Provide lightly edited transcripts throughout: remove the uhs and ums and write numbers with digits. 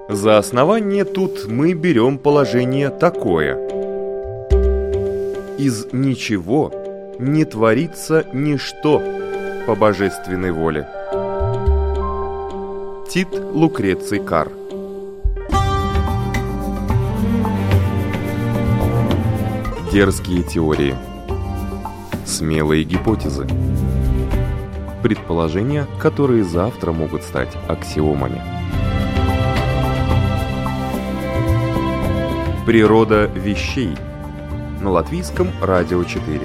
За основание тут мы берем положение такое. Из ничего не творится ничто по божественной воле. Тит Лукреций Кар. Дерзкие теории. Смелые гипотезы. Предположения, которые завтра могут стать аксиомами. Природа вещей. На Латвийском радио 4.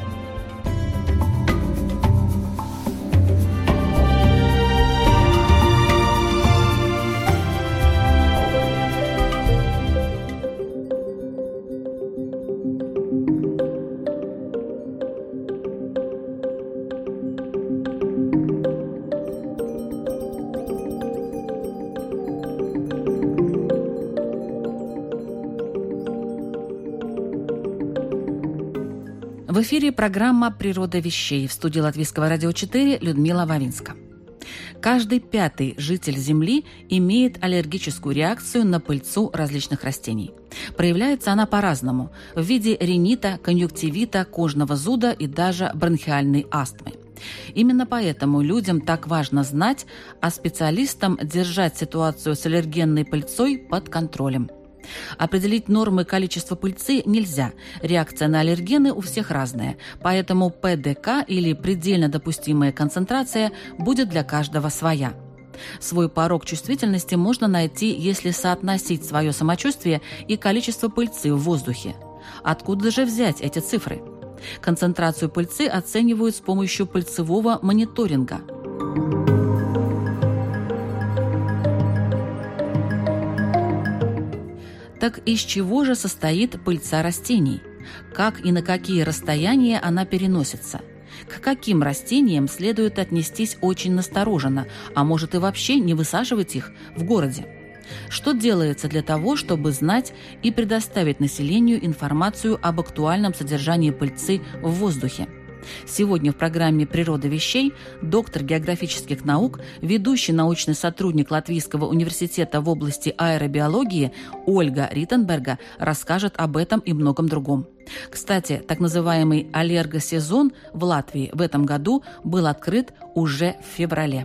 В эфире программа «Природа вещей». В студии Латвийского радио 4 Людмила Вавинска. Каждый пятый житель Земли имеет аллергическую реакцию на пыльцу различных растений. Проявляется она по-разному – в виде ринита, конъюнктивита, кожного зуда и даже бронхиальной астмы. Именно поэтому людям так важно знать, а специалистам держать ситуацию с аллергенной пыльцой под контролем. Определить нормы количества пыльцы нельзя. Реакция на аллергены у всех разная, поэтому ПДК или предельно допустимая концентрация будет для каждого своя. Свой порог чувствительности можно найти, если соотносить свое самочувствие и количество пыльцы в воздухе. Откуда же взять эти цифры? Концентрацию пыльцы оценивают с помощью пыльцевого мониторинга. Так из чего же состоит пыльца растений? Как и на какие расстояния она переносится? К каким растениям следует отнестись очень настороженно, а может и вообще не высаживать их в городе? Что делается для того, чтобы знать и предоставить населению информацию об актуальном содержании пыльцы в воздухе? Сегодня в программе «Природа вещей» доктор географических наук, ведущий научный сотрудник Латвийского университета в области аэробиологии Ольга Риттенберга расскажет об этом и многом другом. Кстати, так называемый аллергосезон в Латвии в этом году был открыт уже в феврале.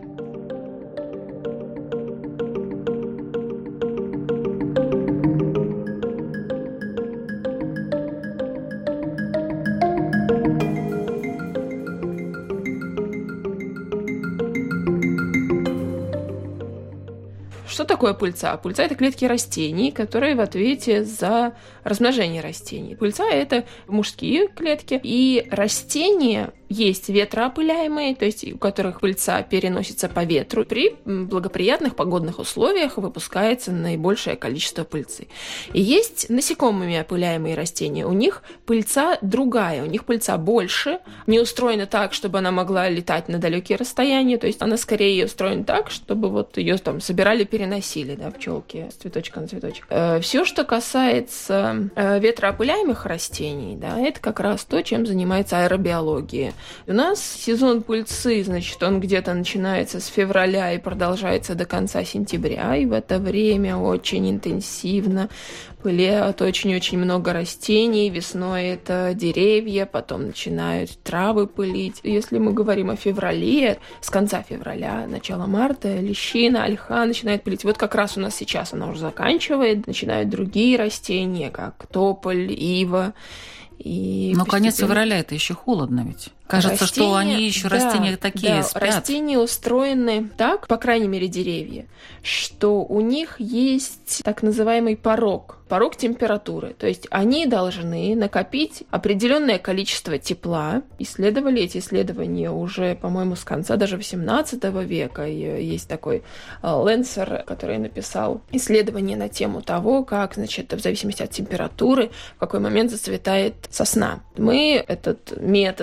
Что такое пыльца? Пыльца – это клетки растений, которые в ответе за размножение растений. Пыльца – это мужские клетки, и растения есть ветроопыляемые, то есть у которых пыльца переносится по ветру. При благоприятных погодных условиях выпускается наибольшее количество пыльцы. И есть насекомыми опыляемые растения. У них пыльца другая, у них пыльца больше, не устроена так, чтобы она могла летать на далекие расстояния, то есть она скорее устроена так, чтобы вот ее там собирали, переносили, да, пчелки с цветочка на цветочек. Все, что касается ветроопыляемых растений, да, это как раз то, чем занимается аэробиология. У нас сезон пыльцы, значит, он где-то начинается с февраля и продолжается до конца сентября, и в это время очень интенсивно пылят очень-очень много растений. Весной это деревья, потом начинают травы пылить. Если мы говорим о феврале, с конца февраля, начало марта, лещина, ольха начинает пылить. Вот как раз у нас сейчас она уже заканчивает, начинают другие растения, как тополь, ива. Но конец февраля это еще холодно ведь. Кажется, растения, что они еще растения такие спят. Растения устроены так, по крайней мере деревья, что у них есть так называемый порог температуры. То есть они должны накопить определенное количество тепла. Исследовали эти исследования уже, по-моему, с конца даже XVIII века. И есть такой Ленсер, который написал исследование на тему того, как, значит, в зависимости от температуры, в какой момент зацветает сосна. Мы этот метод используем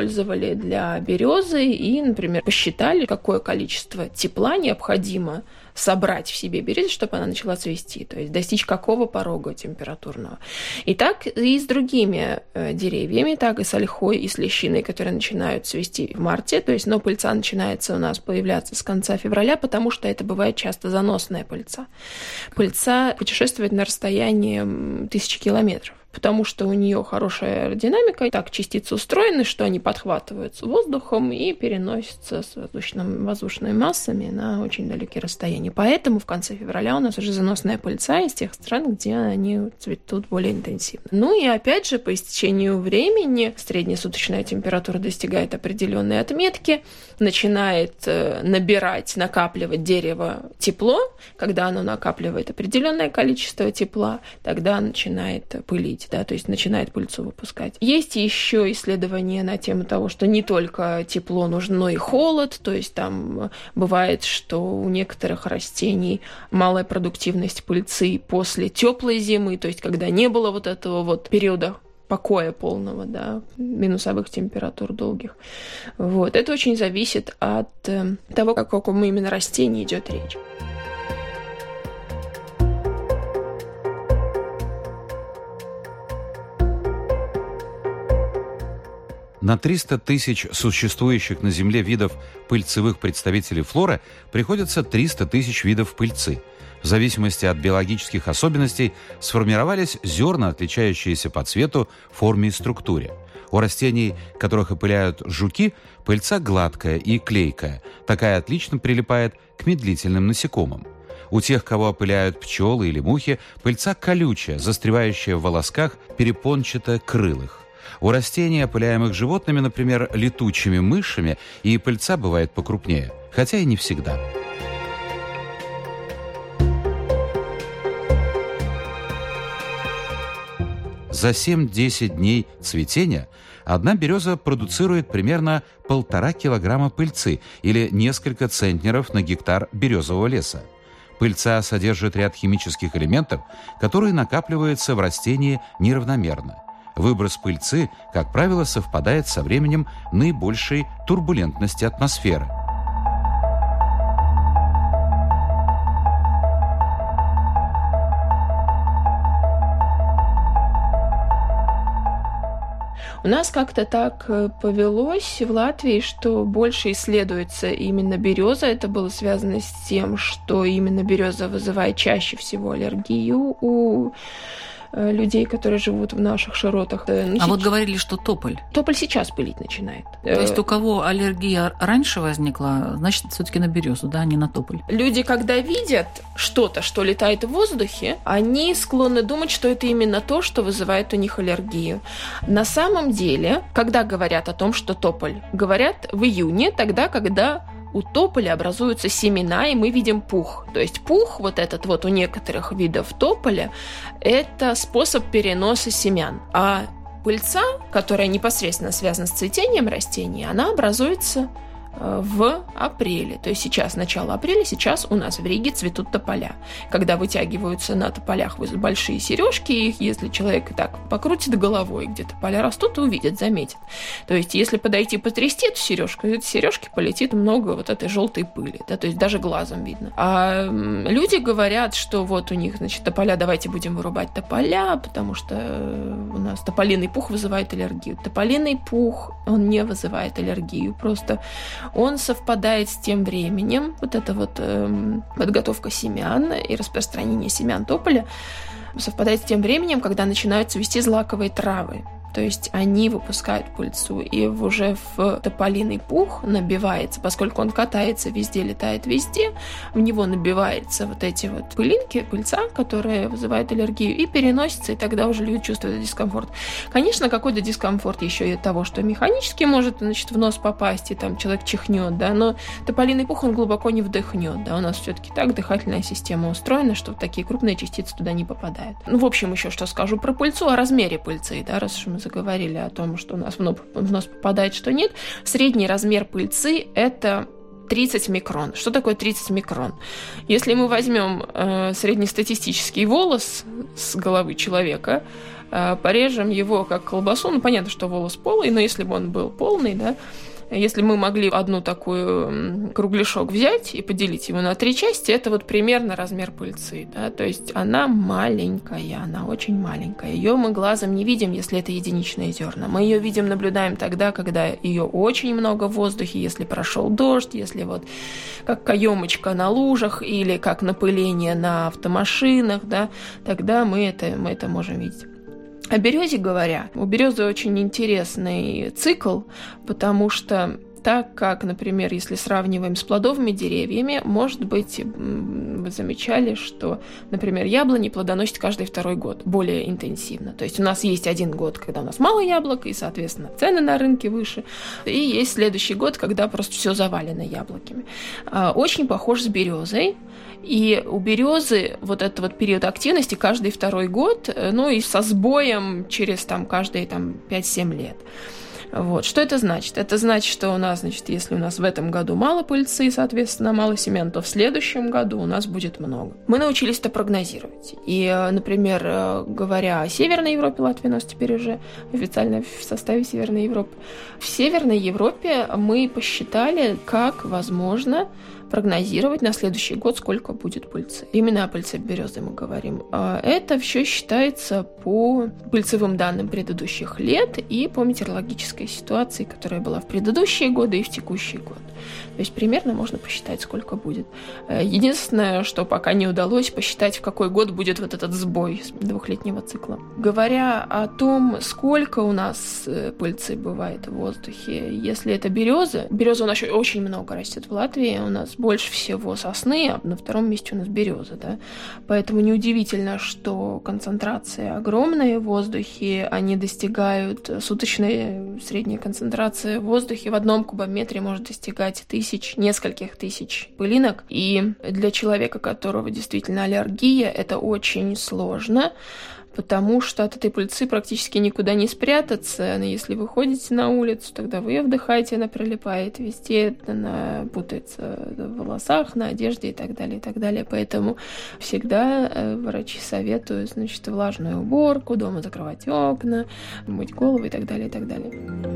использовали для березы и, например, посчитали, какое количество тепла необходимо собрать в себе березе, чтобы она начала цвести, то есть достичь какого порога температурного. И так и с другими деревьями, так и с ольхой, и с лещиной, которые начинают цвести в марте, то есть, но пыльца начинается у нас появляться с конца февраля, потому что это бывает часто заносная пыльца. Пыльца путешествует на расстоянии 1000 километров, потому что у нее хорошая аэродинамика, и так частицы устроены, что они подхватываются воздухом и переносятся с воздушными массами на очень далекие расстояния. Поэтому в конце февраля у нас уже заносная пыльца из тех стран, где они цветут более интенсивно. Ну и опять же, по истечению времени среднесуточная температура достигает определенной отметки, начинает накапливать дерево тепло. Когда оно накапливает определенное количество тепла, тогда начинает пылить. Да, то есть начинает пыльцу выпускать. Есть еще исследования на тему того, что не только тепло нужно, но и холод. То есть там бывает, что у некоторых растений малая продуктивность пыльцы после теплой зимы, то есть когда не было вот этого вот периода покоя полного, да, минусовых температур долгих. Вот. Это очень зависит от того, о каком именно растении идет речь. На 300 тысяч существующих на Земле видов пыльцевых представителей флоры приходится 300 тысяч видов пыльцы. В зависимости от биологических особенностей сформировались зерна, отличающиеся по цвету, форме и структуре. У растений, которых опыляют жуки, пыльца гладкая и клейкая. Такая отлично прилипает к медлительным насекомым. У тех, кого опыляют пчелы или мухи, пыльца колючая, застревающая в волосках перепончато-крылых. У растений, опыляемых животными, например, летучими мышами, и пыльца бывает покрупнее, хотя и не всегда. За 7-10 дней цветения одна береза продуцирует примерно 1,5 килограмма пыльцы или несколько центнеров на гектар березового леса. Пыльца содержит ряд химических элементов, которые накапливаются в растении неравномерно. Выброс пыльцы, как правило, совпадает со временем наибольшей турбулентности атмосферы. У нас как-то так повелось в Латвии, что больше исследуется именно береза. Это было связано с тем, что именно береза вызывает чаще всего аллергию у людей, которые живут в наших широтах. Вот говорили, что тополь. Тополь сейчас пылить начинает. То есть у кого аллергия раньше возникла, значит, все-таки на березу, да, а не на тополь. Люди, когда видят что-то, что летает в воздухе, они склонны думать, что это именно то, что вызывает у них аллергию. На самом деле, когда говорят о том, что тополь, говорят в июне, тогда, когда у тополя образуются семена, и мы видим пух. То есть пух, вот этот вот у некоторых видов тополя, это способ переноса семян. А пыльца, которая непосредственно связана с цветением растений, она образуется в апреле. То есть сейчас начало апреля, сейчас у нас в Риге цветут тополя. Когда вытягиваются на тополях большие сережки, их, если человек так покрутит головой, где тополя растут, увидит, заметит. То есть если подойти потрясти эту сережку, из этой сережки полетит много вот этой желтой пыли, да, то есть даже глазом видно. А люди говорят, что вот у них, значит, тополя, давайте будем вырубать тополя, потому что у нас тополиный пух вызывает аллергию. Тополиный пух, он не вызывает аллергию, просто он совпадает с тем временем, вот эта вот подготовка семян и распространение семян тополя совпадает с тем временем, когда начинают цвести злаковые травы. То есть они выпускают пыльцу, и уже в тополиный пух набивается, поскольку он катается везде, летает везде, в него набиваются вот эти вот пылинки, пыльца, которые вызывают аллергию, и переносится, и тогда уже люди чувствуют дискомфорт. Конечно, какой-то дискомфорт еще и от того, что механически может, значит, в нос попасть, и там человек чихнет, да, но тополиный пух, он глубоко не вдохнет, да, у нас все-таки так дихательная система устроена, что такие крупные частицы туда не попадают. Ну, в общем, еще что скажу про пыльцу, о размере пыльцы, да, раз уж мы заговорили о том, что у нас в нос попадает, что нет. Средний размер пыльцы – это 30 микрон. Что такое 30 микрон? Если мы возьмем среднестатистический волос с головы человека, порежем его как колбасу. Ну, понятно, что волос полый, но если бы он был полный, да, если мы могли одну такую кругляшок взять и поделить его на 3 части, это вот примерно размер пыльцы, да, то есть она маленькая, она очень маленькая. Ее мы глазом не видим, если это единичные зерна. Мы ее видим, наблюдаем тогда, когда ее очень много в воздухе, если прошел дождь, если вот как каемочка на лужах или как напыление на автомашинах, да, тогда мы это можем видеть. О березе говоря, у березы очень интересный цикл, потому что так как, например, если сравниваем с плодовыми деревьями, может быть, вы замечали, что, например, яблони плодоносят каждый 2-й год более интенсивно. То есть у нас есть 1 год, когда у нас мало яблок, и, соответственно, цены на рынке выше, и есть следующий год, когда просто все завалено яблоками. Очень похож с березой. И у березы вот этот вот период активности каждый 2-й год, ну и со сбоем через каждые 5-7 лет. Вот. Что это значит? Это значит, что у нас, если у нас в этом году мало пыльцы, соответственно, мало семян, то в следующем году у нас будет много. Мы научились это прогнозировать. И, например, говоря о Северной Европе, Латвия у нас теперь уже официально в составе Северной Европы, в Северной Европе мы посчитали, как возможно прогнозировать на следующий год, сколько будет пыльцы. Именно о пыльце березы мы говорим. Это все считается по пыльцевым данным предыдущих лет и по метеорологической ситуации, которая была в предыдущие годы и в текущий год. То есть примерно можно посчитать, сколько будет. Единственное, что пока не удалось посчитать, в какой год будет вот этот сбой 2-летнего цикла. Говоря о том, сколько у нас пыльцы бывает в воздухе, если это береза у нас очень много растет в Латвии, у нас больше всего сосны, а на 2-м месте у нас береза, да. Поэтому неудивительно, что концентрация огромная в воздухе, они достигают, суточная средняя концентрация в воздухе в 1 кубометре может достигать нескольких тысяч пылинок. И для человека, у которого действительно аллергия, это очень сложно, потому что от этой пыльцы практически никуда не спрятаться. Если вы ходите на улицу, тогда вы ее вдыхаете, она прилипает везде, она путается в волосах, на одежде и так далее, и так далее. Поэтому всегда врачи советуют, влажную уборку, дома закрывать окна, мыть голову и так далее, и так далее.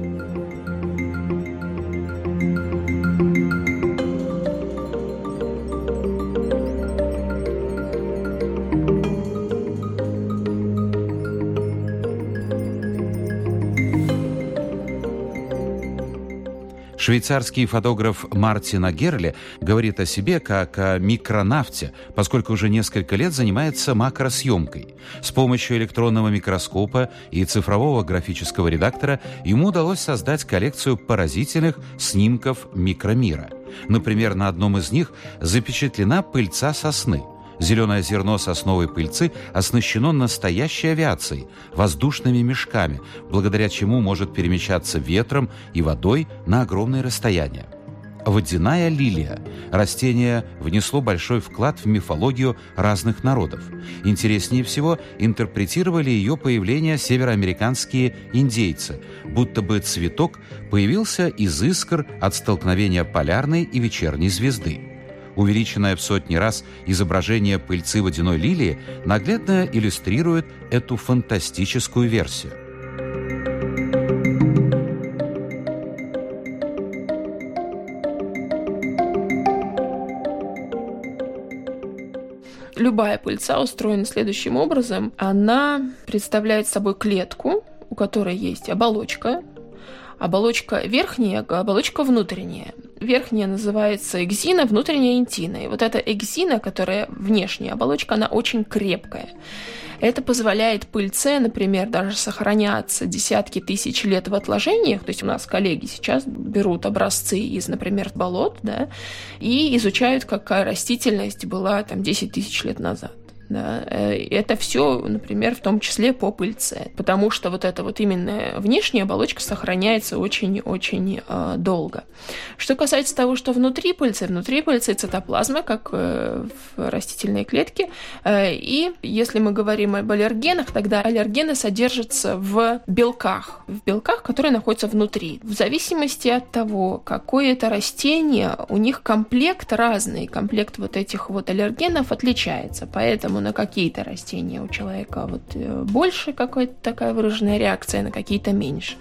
Швейцарский фотограф Мартин Агерле говорит о себе как о микронавте, поскольку уже несколько лет занимается макросъемкой. С помощью электронного микроскопа и цифрового графического редактора ему удалось создать коллекцию поразительных снимков микромира. Например, на одном из них запечатлена пыльца сосны. Зеленое зерно сосновой пыльцы оснащено настоящей авиацией, воздушными мешками, благодаря чему может перемещаться ветром и водой на огромные расстояния. Водяная лилия. Растение внесло большой вклад в мифологию разных народов. Интереснее всего интерпретировали ее появление североамериканские индейцы, будто бы цветок появился из искр от столкновения полярной и вечерней звезды. Увеличенное в сотни раз изображение пыльцы водяной лилии наглядно иллюстрирует эту фантастическую версию. Любая пыльца устроена следующим образом. Она представляет собой клетку, у которой есть оболочка. Оболочка верхняя, оболочка внутренняя. Верхняя называется экзина, внутренняя интина. И вот эта экзина, которая внешняя оболочка, она очень крепкая. Это позволяет пыльце, например, даже сохраняться десятки тысяч лет в отложениях. То есть у нас коллеги сейчас берут образцы из, например, болот, да, и изучают, какая растительность была 10 тысяч лет назад. Да, это все, например, в том числе по пыльце, потому что вот эта вот именно внешняя оболочка сохраняется очень-очень долго. Что касается того, что внутри пыльцы цитоплазма, как в растительной клетке, и если мы говорим об аллергенах, тогда аллергены содержатся в белках, которые находятся внутри. В зависимости от того, какое это растение, у них комплект разный, комплект вот этих вот аллергенов отличается, поэтому поэтому на какие-то растения у человека больше какая-то такая выраженная реакция, на какие-то меньше.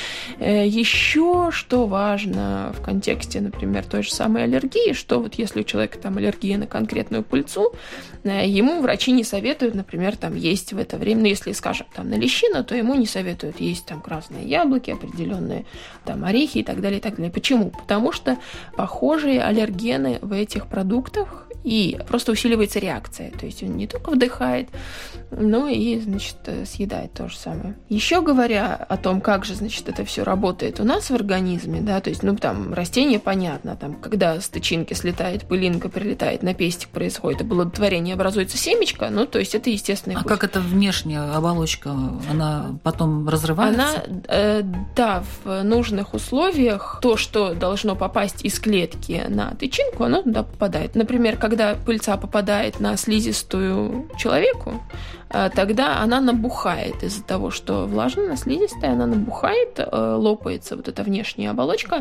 Еще что важно в контексте, например, той же самой аллергии, что если у человека там аллергия на конкретную пыльцу, ему врачи не советуют, например, там есть в это время, если, скажем, там на лещину, то ему не советуют есть там красные яблоки, определенные там орехи и так далее, и так далее. Почему? Потому что похожие аллергены в этих продуктах, и просто усиливается реакция. То есть он не только вдыхает, но и, съедает то же самое. Еще говоря о том, как же, это все работает у нас в организме, да, то есть, там растение, понятно, там, когда с тычинки слетает пылинка, прилетает на пестик, происходит оплодотворение, образуется семечко, то есть это естественный путь. А как эта внешняя оболочка, она потом разрывается? Да, в нужных условиях то, что должно попасть из клетки на тычинку, оно туда попадает. Например, когда пыльца попадает на слизистую человеку, тогда она набухает из-за того, что влажная, слизистая, она набухает, лопается эта внешняя оболочка,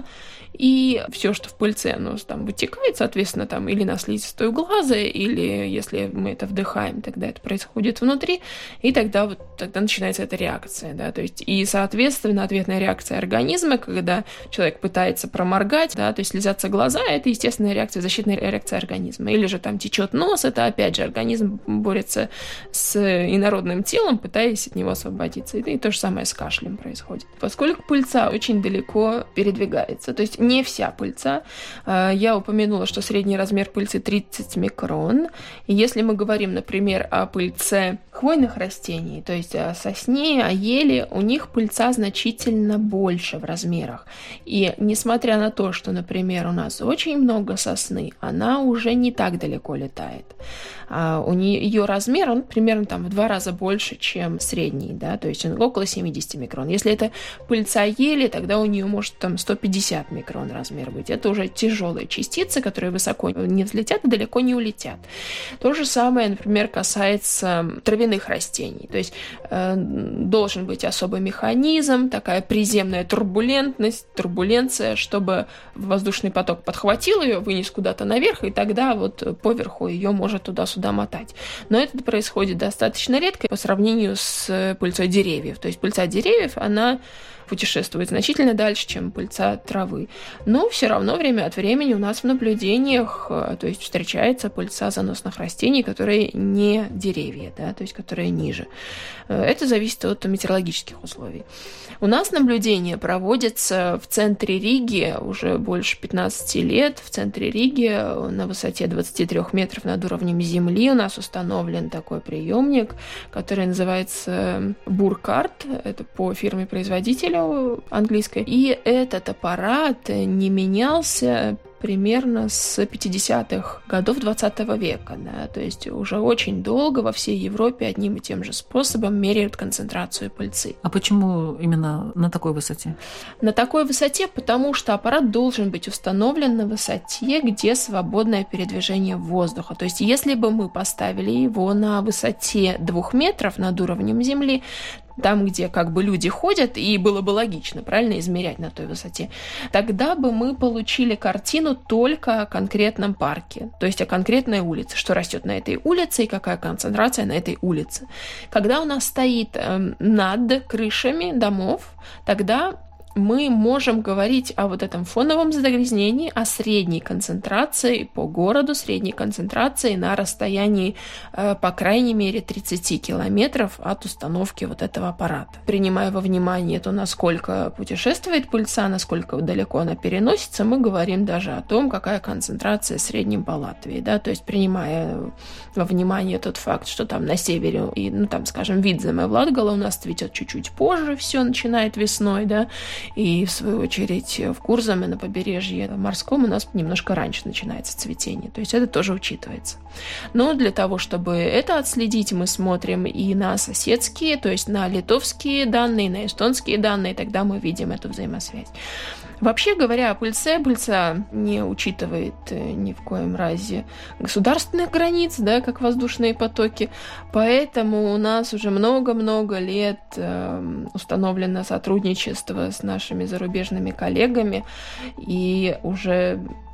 и все, что в пыльце, оно там вытекает, соответственно, там или на слизистую глаза, или если мы это вдыхаем, тогда это происходит внутри, и тогда начинается эта реакция, да, то есть, и, соответственно, ответная реакция организма, когда человек пытается проморгать, да, то есть слезятся глаза, это естественная реакция, защитная реакция организма, или же там течет нос, это опять же организм борется с инородным телом, пытаясь от него освободиться. И то же самое с кашлем происходит. Поскольку пыльца очень далеко передвигается, то есть не вся пыльца, я упомянула, что средний размер пыльцы 30 микрон. И если мы говорим, например, о пыльце хвойных растений, то есть о сосне, о еле, у них пыльца значительно больше в размерах. И несмотря на то, что, например, у нас очень много сосны, она уже не так далеко летает. У ее размер, он примерно в 2 раза больше, чем средний, да, то есть он около 70 микрон. Если это пыльца ели, тогда у нее может 150 микрон размер быть. Это уже тяжелые частицы, которые высоко не взлетят и далеко не улетят. То же самое, например, касается травяных растений. То есть должен быть особый механизм, такая приземная турбуленция, чтобы воздушный поток подхватил ее, вынес куда-то наверх, и тогда поверху ее может туда-сюда мотать. Но это происходит достаточно редко по сравнению с пыльцой деревьев. То есть пыльца деревьев, она путешествует значительно дальше, чем пыльца травы. Но все равно время от времени у нас в наблюдениях, то есть встречается пыльца заносных растений, которые не деревья, да, то есть которые ниже. Это зависит от метеорологических условий. У нас наблюдение проводится в центре Риги уже больше 15 лет. В центре Риги на высоте 23 метров над уровнем земли у нас установлен такой приемник, который называется Буркарт. Это по фирме-производителю английской. И этот аппарат не менялся примерно с 50-х годов 20 века. Да? То есть уже очень долго во всей Европе одним и тем же способом меряют концентрацию пыльцы. А почему именно на такой высоте? На такой высоте, потому что аппарат должен быть установлен на высоте, где свободное передвижение воздуха. То есть если бы мы поставили его на высоте 2 метров над уровнем земли, там, где люди ходят, и было бы логично, правильно, измерять на той высоте, тогда бы мы получили картину только о конкретном парке, то есть о конкретной улице, что растет на этой улице и какая концентрация на этой улице. Когда у нас стоит над крышами домов, тогда мы можем говорить о этом фоновом загрязнении, о средней концентрации по городу, средней концентрации на расстоянии, по крайней мере, 30 километров от установки этого аппарата. Принимая во внимание то, насколько путешествует пыльца, насколько далеко она переносится, мы говорим даже о том, какая концентрация в среднем по Латвии. Да? То есть, принимая во внимание тот факт, что там на севере, и, скажем, Видземе, Латгала у нас цветет чуть-чуть позже, все начинает весной, да, и, в свою очередь, в Курзаме на побережье морском у нас немножко раньше начинается цветение. То есть это тоже учитывается. Но для того, чтобы это отследить, мы смотрим и на соседские, то есть на литовские данные, на эстонские данные, тогда мы видим эту взаимосвязь. Вообще говоря о пыльце, пыльца не учитывает ни в коем разе государственных границ, да, как воздушные потоки, поэтому у нас уже много-много лет установлено сотрудничество с нашими зарубежными коллегами, и уже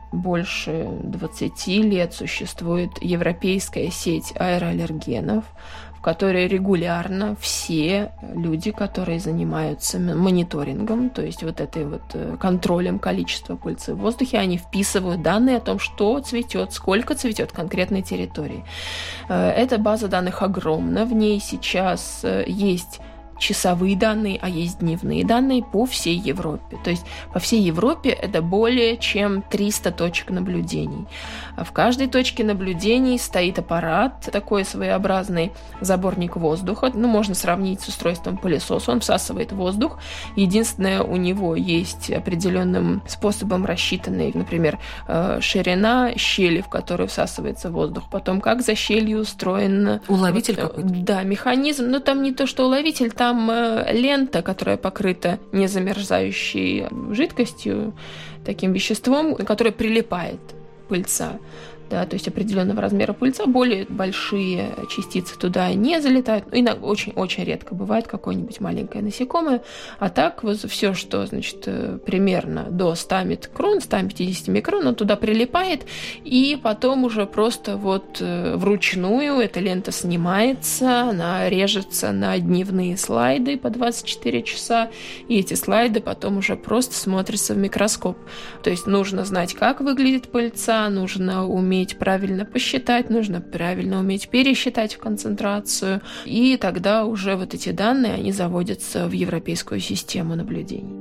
больше 20 лет существует европейская сеть аэроаллергенов, в которой регулярно все люди, которые занимаются мониторингом, то есть вот этой вот контролем количества пыльцы в воздухе, они вписывают данные о том, что цветет, сколько цветет в конкретной территории. Эта база данных огромна, в ней сейчас есть часовые данные, а есть дневные данные по всей Европе. То есть по всей Европе это более чем 300 точек наблюдений. В каждой точке наблюдений стоит аппарат, такой своеобразный заборник воздуха. Можно сравнить с устройством пылесоса. Он всасывает воздух. Единственное, у него есть определенным способом рассчитанный, например, ширина щели, в которую всасывается воздух. Потом, как за щелью устроен... Уловитель какой-то? Да, механизм. Но там не то, что уловитель, там лента, которая покрыта незамерзающей жидкостью, таким веществом, которое прилипает пыльца. Да, то есть определенного размера пыльца, более большие частицы туда не залетают. Иногда очень редко бывает какое-нибудь маленькое насекомое. А так вот все, что, значит, примерно до 100 микрон, 150 микрон, он туда прилипает, и потом уже просто вот вручную эта лента снимается, она режется на дневные слайды по 24 часа, и эти слайды потом уже просто смотрятся в микроскоп. То есть нужно знать, как выглядит пыльца, нужно уметь правильно посчитать, нужно правильно уметь пересчитать в концентрацию, и тогда уже вот эти данные, они заводятся в европейскую систему наблюдений.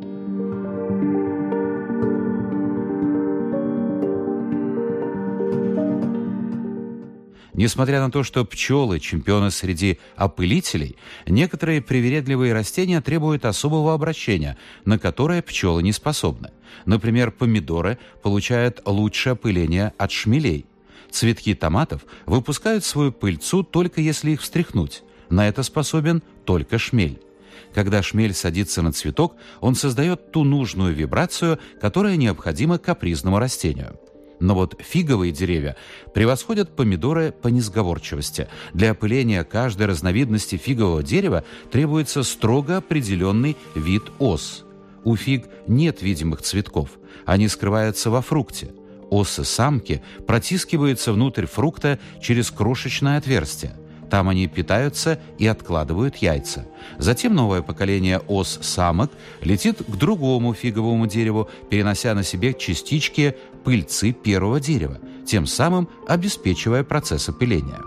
Несмотря на то, что пчелы – чемпионы среди опылителей, некоторые привередливые растения требуют особого обращения, на которое пчелы не способны. Например, помидоры получают лучшее опыление от шмелей. Цветки томатов выпускают свою пыльцу только если их встряхнуть. На это способен только шмель. Когда шмель садится на цветок, он создает ту нужную вибрацию, которая необходима капризному растению. Но вот фиговые деревья превосходят помидоры по несговорчивости. Для опыления каждой разновидности фигового дерева требуется строго определенный вид ос. У фиг нет видимых цветков, они скрываются во фрукте. Осы-самки протискиваются внутрь фрукта через крошечное отверстие. Там они питаются и откладывают яйца. Затем новое поколение ос-самок летит к другому фиговому дереву, перенося на себе частички пыльцы первого дерева, тем самым обеспечивая процесс опыления.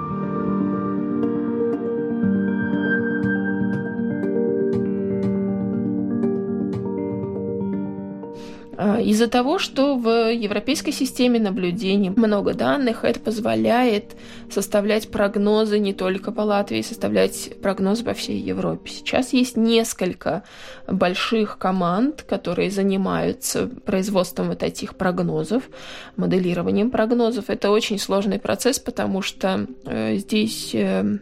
Из-за того, что в европейской системе наблюдений много данных, это позволяет составлять прогнозы не только по Латвии, составлять прогнозы по всей Европе. Сейчас есть несколько больших команд, которые занимаются производством вот этих прогнозов, моделированием прогнозов. Это очень сложный процесс, потому что здесь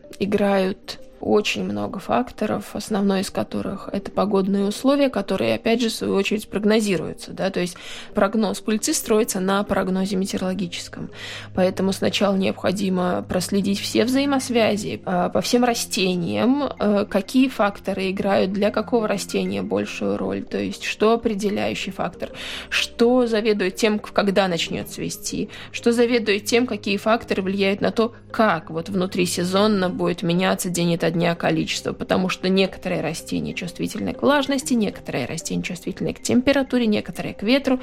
играют очень много факторов, основной из которых это погодные условия, которые, опять же, в свою очередь прогнозируются. Да? То есть прогноз пыльцы строится на прогнозе метеорологическом. Поэтому сначала необходимо проследить все взаимосвязи по всем растениям, какие факторы играют для какого растения большую роль, то есть что определяющий фактор, что заведует тем, когда начнет цвести, что заведует тем, какие факторы влияют на то, как вот внутрисезонно будет меняться день ото дня количество, потому что некоторые растения чувствительны к влажности, некоторые растения чувствительны к температуре, некоторые к ветру.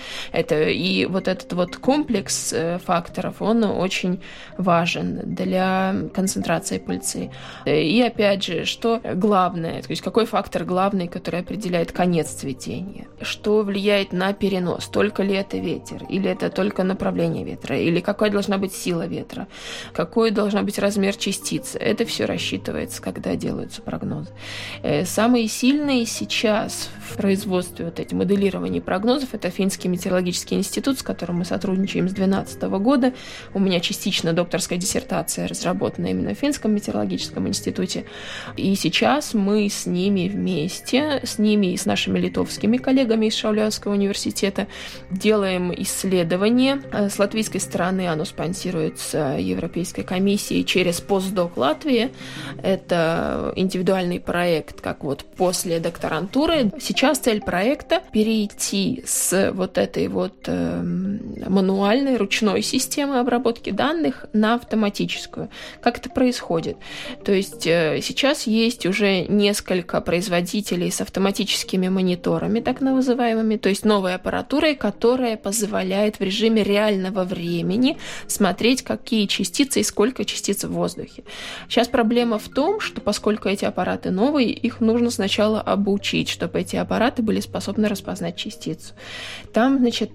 И вот этот вот комплекс факторов, он очень важен для концентрации пыльцы. И опять же, что главное, то есть какой фактор главный, который определяет конец цветения, что влияет на перенос, только ли это ветер, или это только направление ветра, или какая должна быть сила ветра, какой должен быть размер частицы. Это все рассчитывается, когда делаются прогнозы. Самые сильные сейчас в производстве вот эти моделирования прогнозов — это Финский метеорологический институт, с которым мы сотрудничаем с 2012 года. У меня частично докторская диссертация разработана именно в Финском метеорологическом институте. И сейчас мы с ними вместе, с ними и с нашими литовскими коллегами из Шаулявского университета делаем исследование. С латвийской стороны оно спонсируется Европейской комиссией через постдок Латвии. Это это индивидуальный проект, как вот после докторантуры. Сейчас цель проекта – перейти с вот этой вот мануальной, ручной системы обработки данных на автоматическую. Как это происходит? То есть сейчас есть уже несколько производителей с автоматическими мониторами, так называемыми, то есть новой аппаратурой, которая позволяет в режиме реального времени смотреть, какие частицы и сколько частиц в воздухе. Сейчас проблема в том, что поскольку эти аппараты новые, их нужно сначала обучить, чтобы эти аппараты были способны распознать частицу. Там, значит,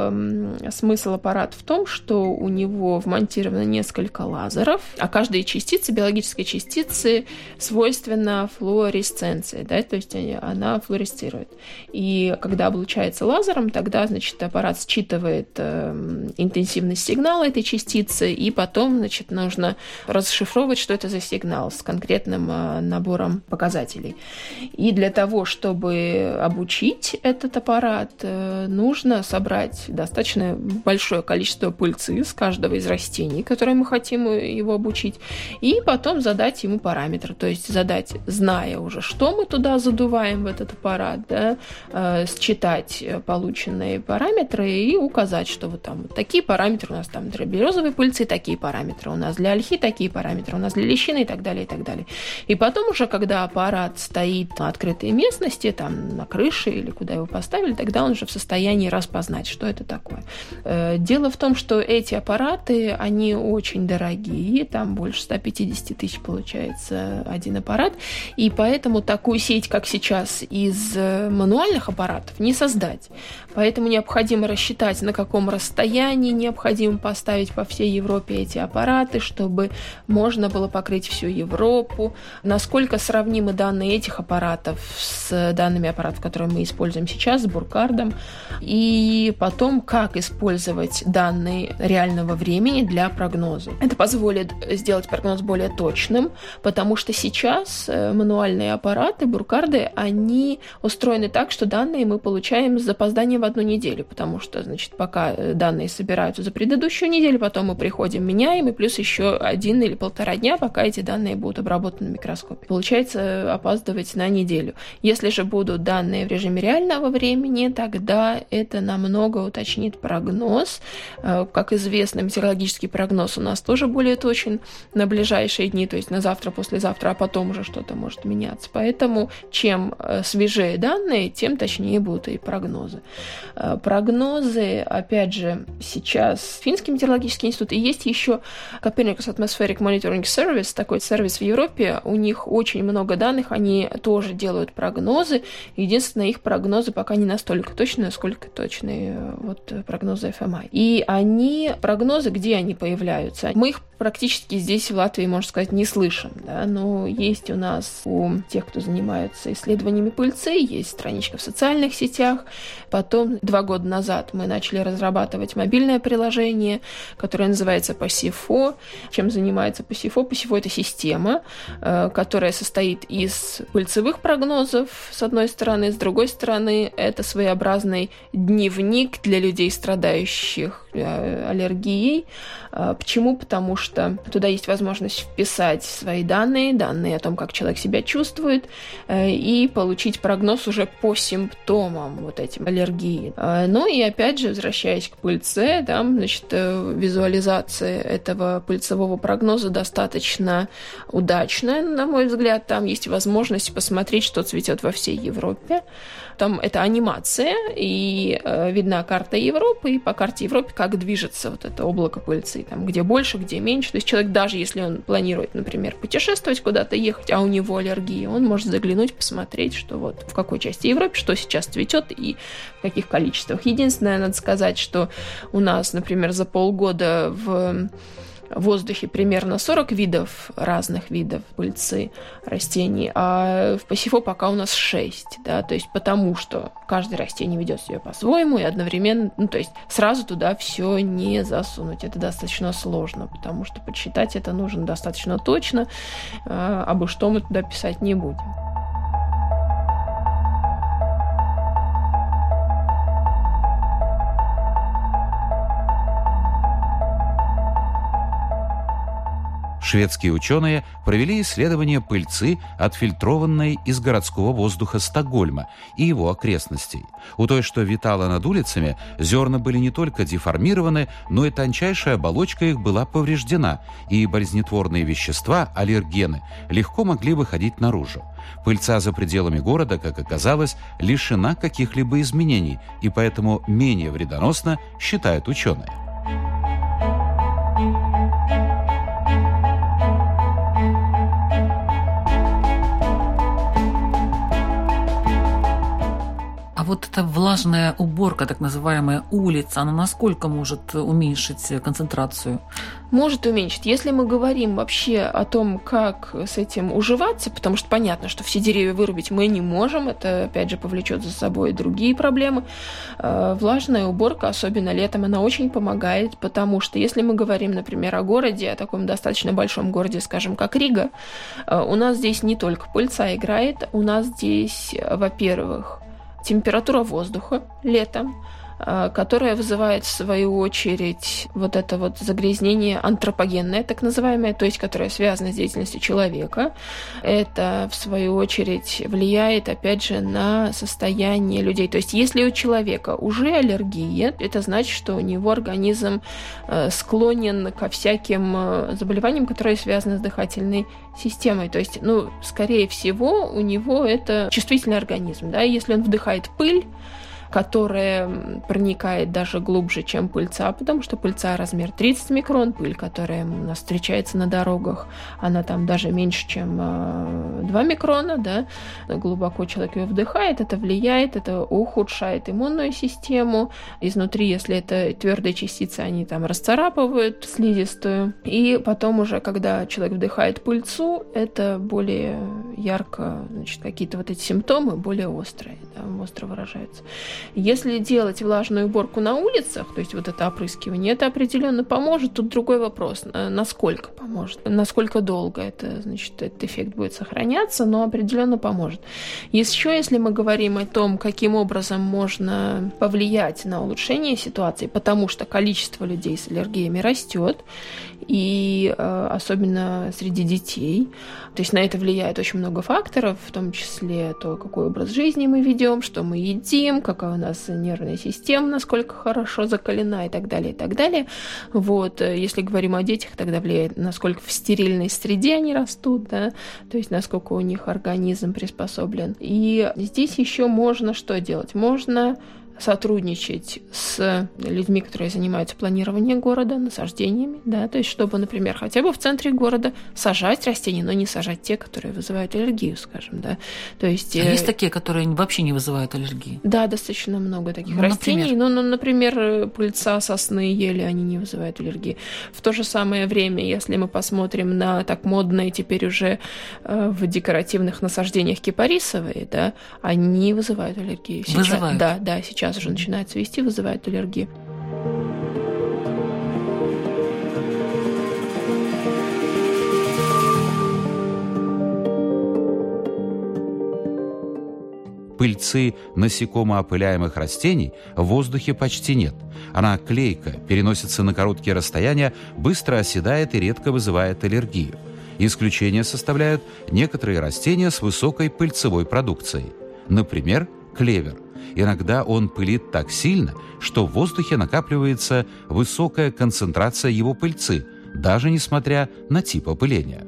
смысл аппарата в том, что у него вмонтировано несколько лазеров, а каждой частице, биологической частице, свойственна флуоресценция, да, то есть она флуоресцирует. И когда облучается лазером, тогда, значит, аппарат считывает интенсивность сигнала этой частицы, и потом, значит, нужно расшифровывать, что это за сигнал с конкретным набором показателей. И для того, чтобы обучить этот аппарат, нужно собрать достаточно большое количество пыльцы с каждого из растений, которые мы хотим его обучить, и потом задать ему параметры. То есть задать, зная уже, что мы туда задуваем в этот аппарат, да, считать полученные параметры и указать, что вот там вот такие параметры у нас там для березовой пыльцы, такие параметры у нас для ольхи, такие параметры у нас для лещины и так далее, и так далее. И потом уже, когда аппарат стоит на открытой местности, там на крыше или куда его поставили, тогда он уже в состоянии распознать, что это такое. Дело в том, что эти аппараты, они очень дорогие, там больше 150 тысяч получается один аппарат, и поэтому такую сеть, как сейчас, из мануальных аппаратов не создать. Поэтому необходимо рассчитать, на каком расстоянии необходимо поставить по всей Европе эти аппараты, чтобы можно было покрыть всю Европу, насколько сравнимы данные этих аппаратов с данными аппаратов, которые мы используем сейчас, с Буркардом, и потом, как использовать данные реального времени для прогноза. Это позволит сделать прогноз более точным, потому что сейчас мануальные аппараты, Буркарды, они устроены так, что данные мы получаем с запозданием в 1 неделю, потому что, значит, пока данные собираются за предыдущую неделю, потом мы приходим, меняем, и плюс еще 1 или 1,5 дня, пока эти данные будут обработаны в микроскопе. Получается опаздывать на неделю. Если же будут данные в режиме реального времени, тогда это намного уточнит прогноз. Как известно, метеорологический прогноз у нас тоже более точен на ближайшие дни, то есть на завтра, послезавтра, а потом уже что-то может меняться. Поэтому чем свежее данные, тем точнее будут и прогнозы. Прогнозы, опять же, сейчас Финский метеорологический институт, и есть еще Copernicus Atmospheric Monitoring Service, такой сервис в Европе, у них очень много данных, они тоже делают прогнозы. Единственное, их прогнозы пока не настолько точные, насколько точные вот прогнозы FMI. И они, прогнозы, где они появляются? Мы их практически здесь, в Латвии, можно сказать, не слышим, да? Но есть у нас, у тех, кто занимается исследованиями пыльцы, есть страничка в социальных сетях. Потом 2 года назад мы начали разрабатывать мобильное приложение, которое называется Passifo. Чем занимается Passifo? Passifo — это система, которая состоит из пыльцевых прогнозов, с одной стороны, с другой стороны, это своеобразный дневник для людей, страдающих аллергией. Почему? Потому что туда есть возможность вписать свои данные о том, как человек себя чувствует, и получить прогноз уже по симптомам вот этим аллергии. Ну и опять же, возвращаясь к пыльце, там, значит, визуализация этого пыльцевого прогноза достаточно удачная, на мой взгляд. Там есть возможность посмотреть, что цветет во всей Европе. Там это анимация, и видна карта Европы, и по карте Европы как движется вот это облако пыльцы, там, где больше, где меньше. То есть человек, даже если он планирует, например, путешествовать куда-то, ехать, а у него аллергия, он может заглянуть, посмотреть, что вот в какой части Европы, что сейчас цветет и в каких количествах. Единственное, надо сказать, что у нас, например, за полгода в воздухе примерно 40 видов, разных видов пыльцы растений, а в Passifo пока у нас 6, да, то есть потому что каждое растение ведет себя по-своему и одновременно, ну, то есть сразу туда все не засунуть, это достаточно сложно, потому что подсчитать это нужно достаточно точно, абы что мы туда писать не будем. Шведские ученые провели исследование пыльцы, отфильтрованной из городского воздуха Стокгольма и его окрестностей. У той, что витала над улицами, зерна были не только деформированы, но и тончайшая оболочка их была повреждена, и болезнетворные вещества, аллергены, легко могли выходить наружу. Пыльца за пределами города, как оказалось, лишена каких-либо изменений, и поэтому менее вредоносна, считают ученые. А вот эта влажная уборка, так называемая улиц, она насколько может уменьшить концентрацию? Может уменьшить. Если мы говорим вообще о том, как с этим уживаться, потому что понятно, что все деревья вырубить мы не можем, это, опять же, повлечет за собой другие проблемы. Влажная уборка, особенно летом, она очень помогает, потому что если мы говорим, например, о городе, о таком достаточно большом городе, скажем, как Рига, у нас здесь не только пыльца играет, у нас здесь, во-первых, температура воздуха летом, которая вызывает, в свою очередь, вот это вот загрязнение антропогенное, так называемое, то есть которое связано с деятельностью человека. Это, в свою очередь, влияет, опять же, на состояние людей. То есть если у человека уже аллергия, это значит, что у него организм склонен ко всяким заболеваниям, которые связаны с дыхательной системой. То есть, скорее всего, у него это чувствительный организм. Да? Если он вдыхает пыль, которая проникает даже глубже, чем пыльца, потому что пыльца размер 30 микрон, пыль, которая у нас встречается на дорогах, она там даже меньше, чем 2 микрона, да, глубоко человек ее вдыхает, это влияет, это ухудшает иммунную систему, изнутри, если это твердые частицы, они там расцарапывают слизистую, и потом уже, когда человек вдыхает пыльцу, это более ярко, значит, какие-то вот эти симптомы более острые, да, остро выражаются. Если делать влажную уборку на улицах, то есть вот это опрыскивание, это определенно поможет. Тут другой вопрос, насколько поможет, насколько долго это, значит, этот эффект будет сохраняться, но определенно поможет. Еще если мы говорим о том, каким образом можно повлиять на улучшение ситуации, потому что количество людей с аллергиями растет, и особенно среди детей. То есть на это влияет очень много факторов, в том числе то, какой образ жизни мы ведем, что мы едим, какая у нас нервная система, насколько хорошо закалена и так далее, и так далее. Вот. Если говорим о детях, тогда влияет, насколько в стерильной среде они растут, да? То есть насколько у них организм приспособлен. И здесь еще можно что делать? Можно сотрудничать с людьми, которые занимаются планированием города, насаждениями, да, то есть чтобы, например, хотя бы в центре города сажать растения, но не сажать те, которые вызывают аллергию, скажем, да. То есть, есть такие, которые вообще не вызывают аллергии? Да, достаточно много таких растений. Например, пыльца, сосны, ели, они не вызывают аллергии. В то же самое время, если мы посмотрим на так модные теперь уже в декоративных насаждениях кипарисовые, да, они вызывают аллергию. Вызывают? Да, сейчас уже начинает цвести, вызывает аллергию. Пыльцы насекомоопыляемых растений в воздухе почти нет. Она клейкая, переносится на короткие расстояния, быстро оседает и редко вызывает аллергию. Исключение составляют некоторые растения с высокой пыльцевой продукцией. Например, клевер. Иногда он пылит так сильно, что в воздухе накапливается высокая концентрация его пыльцы, даже несмотря на тип опыления.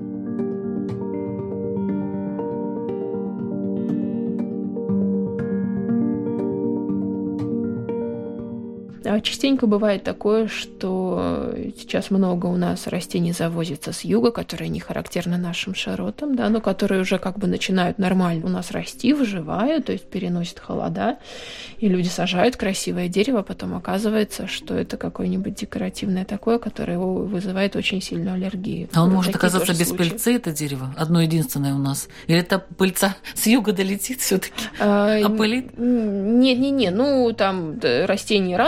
Частенько бывает такое, что сейчас много у нас растений завозится с юга, которые не характерны нашим широтам, да, но которые уже как бы начинают нормально у нас расти, выживают, то есть переносят холода, и люди сажают красивое дерево, потом оказывается, что это какое-нибудь декоративное такое, которое вызывает очень сильную аллергию. А он может оказаться без пыльцы, это дерево? Одно единственное у нас? Или это пыльца с юга долетит все-таки? Опылит? Не. Там растения разные бывают,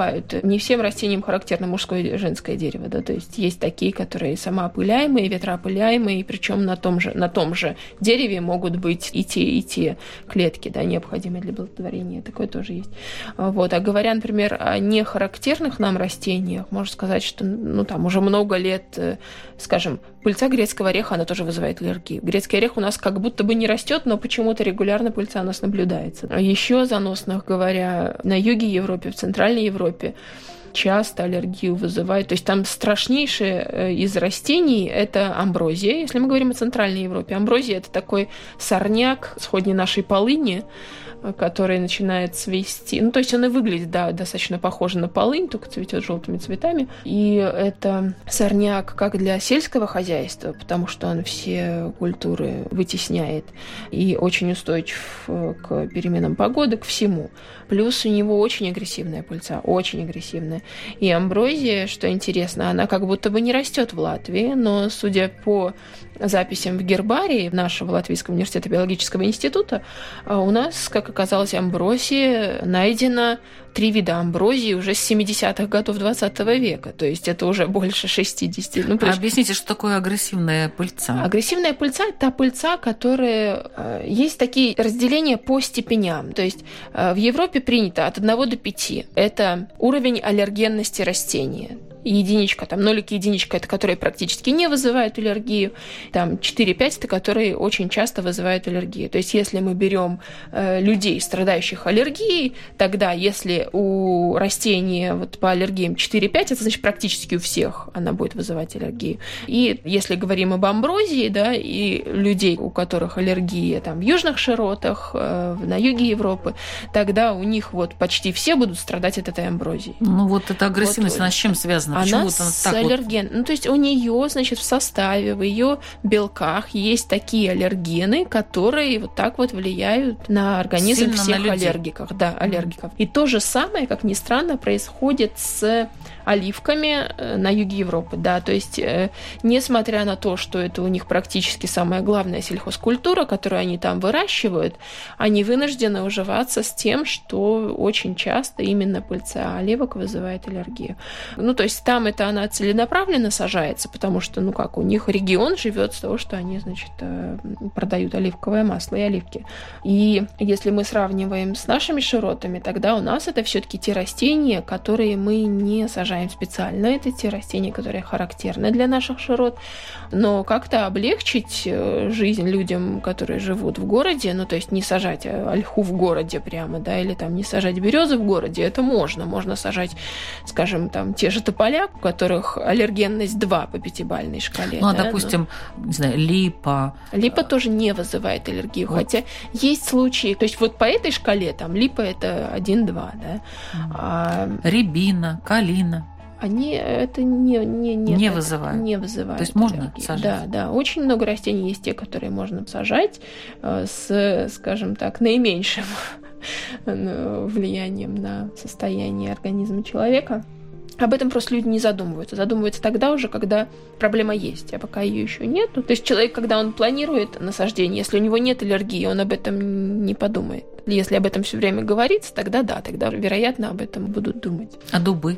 бывают. Не всем растениям характерно мужское и женское дерево, да, то есть есть такие, которые самоопыляемые, ветроопыляемые, причем на том же дереве могут быть и те клетки, да, необходимые для плодотворения. Такое тоже есть. Вот. А говоря, например, о нехарактерных нам растениях, можно сказать, что там уже много лет, скажем, пыльца грецкого ореха, она тоже вызывает аллергию. Грецкий орех у нас как будто бы не растет, но почему-то регулярно пыльца у нас наблюдается. Еще заносных, говоря, на юге Европы, в Центральной Европе часто аллергию вызывает. То есть там страшнейшее из растений – это амброзия. Если мы говорим о Центральной Европе, амброзия – это такой сорняк сходни нашей полыни, который начинает цвести. То есть он и выглядит, да, достаточно похоже на полынь, только цветет желтыми цветами. И это сорняк как для сельского хозяйства, потому что он все культуры вытесняет и очень устойчив к переменам погоды, к всему. Плюс у него очень агрессивная пыльца, очень агрессивная. И амброзия, что интересно, она как будто бы не растет в Латвии, но, судя по записям в гербарии нашего Латвийского университета биологического института, у нас, как оказалось, амброзии найдено 3 вида амброзии уже с 70-х годов 20 века. То есть это уже больше 60. Объясните, что такое агрессивная пыльца? Агрессивная пыльца – это та пыльца, которая… Есть такие разделения по степеням. То есть в Европе принято от 1 до 5. Это уровень аллергенности растения. Единичка, нолик, единичка – это которые практически не вызывают аллергию. 4-5 – это которые очень часто вызывают аллергию. То есть если мы берем людей, страдающих аллергией, тогда если у растения по аллергиям 4-5, это значит практически у всех она будет вызывать аллергию. И если говорим об амброзии, да, и людей, у которых аллергия в южных широтах, на юге Европы, тогда у них почти все будут страдать от этой амброзии. Эта агрессивность, она с чем связана? Она с аллерген. То есть у нее, в составе, в ее белках есть такие аллергены, которые так влияют на организм сильно всех аллергиков. Да, аллергиков. И то же самое, как ни странно, происходит с оливками на юге Европы. Да, то есть, несмотря на то, что это у них практически самая главная сельхозкультура, которую они там выращивают, они вынуждены уживаться с тем, что очень часто именно пыльца оливок вызывает аллергию. То есть там она целенаправленно сажается, потому что, у них регион живет с того, что они, продают оливковое масло и оливки. И если мы сравниваем с нашими широтами, тогда у нас это все-таки те растения, которые мы не сажаем специально. Это те растения, которые характерны для наших широт. Но как-то облегчить жизнь людям, которые живут в городе, то есть не сажать ольху в городе прямо, да, или не сажать березы в городе, это можно. Можно сажать, скажем, те же тополя, у которых аллергенность 2 по 5-бальной шкале. Допустим, не знаю, липа. Липа тоже не вызывает аллергию, хотя есть случаи, то есть по этой шкале липа это 1-2, да. Рябина, калина. Они это не вызывают. Не вызывают. То есть можно сажать? Да. Очень много растений есть те, которые можно сажать с, скажем так, наименьшим влиянием на состояние организма человека. Об этом просто люди не задумываются. Задумываются тогда уже, когда проблема есть, а пока ее еще нет. То есть человек, когда он планирует насаждение, если у него нет аллергии, он об этом не подумает. Если об этом все время говорится, тогда да, тогда, вероятно, об этом будут думать. А дубы?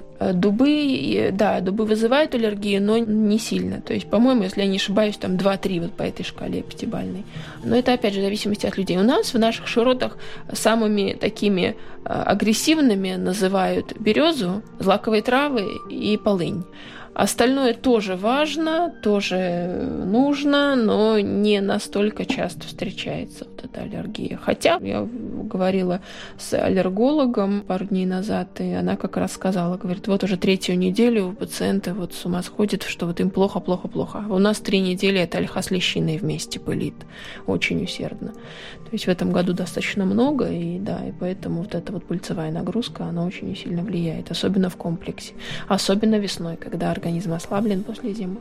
Дубы вызывают аллергию, но не сильно. То есть, по-моему, если я не ошибаюсь, 2-3 по этой шкале 5-бальной. Но это, опять же, в зависимости от людей. У нас в наших широтах самыми такими агрессивными называют березу, злаковые травы и полынь. Остальное тоже важно, тоже нужно, но не настолько часто встречается эта аллергия. Хотя я говорила с аллергологом пару дней назад, и она как раз сказала, говорит, уже 3-ю неделю пациенты с ума сходят, что им плохо. У нас 3 недели эта ольха с лещиной вместе пылит очень усердно. То есть в этом году достаточно много, и поэтому эта пыльцевая нагрузка, она очень сильно влияет, особенно в комплексе, особенно весной, когда организм ослаблен после зимы.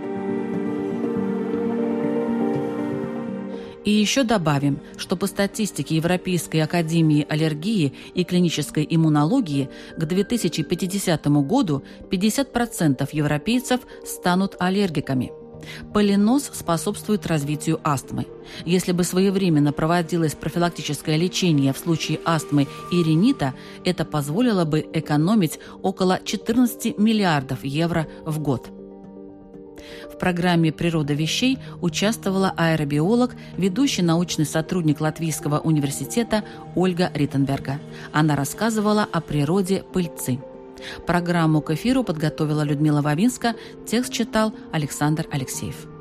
И еще добавим, что по статистике Европейской академии аллергии и клинической иммунологии к 2050 году 50% европейцев станут аллергиками. Поленоз способствует развитию астмы. Если бы своевременно проводилось профилактическое лечение в случае астмы и ринита, это позволило бы экономить около 14 миллиардов евро в год. В программе «Природа вещей» участвовала аэробиолог, ведущий научный сотрудник Латвийского университета Ольга Риттенберга. Она рассказывала о природе пыльцы. Программу к эфиру подготовила Людмила Вавинска, текст читал Александр Алексеев.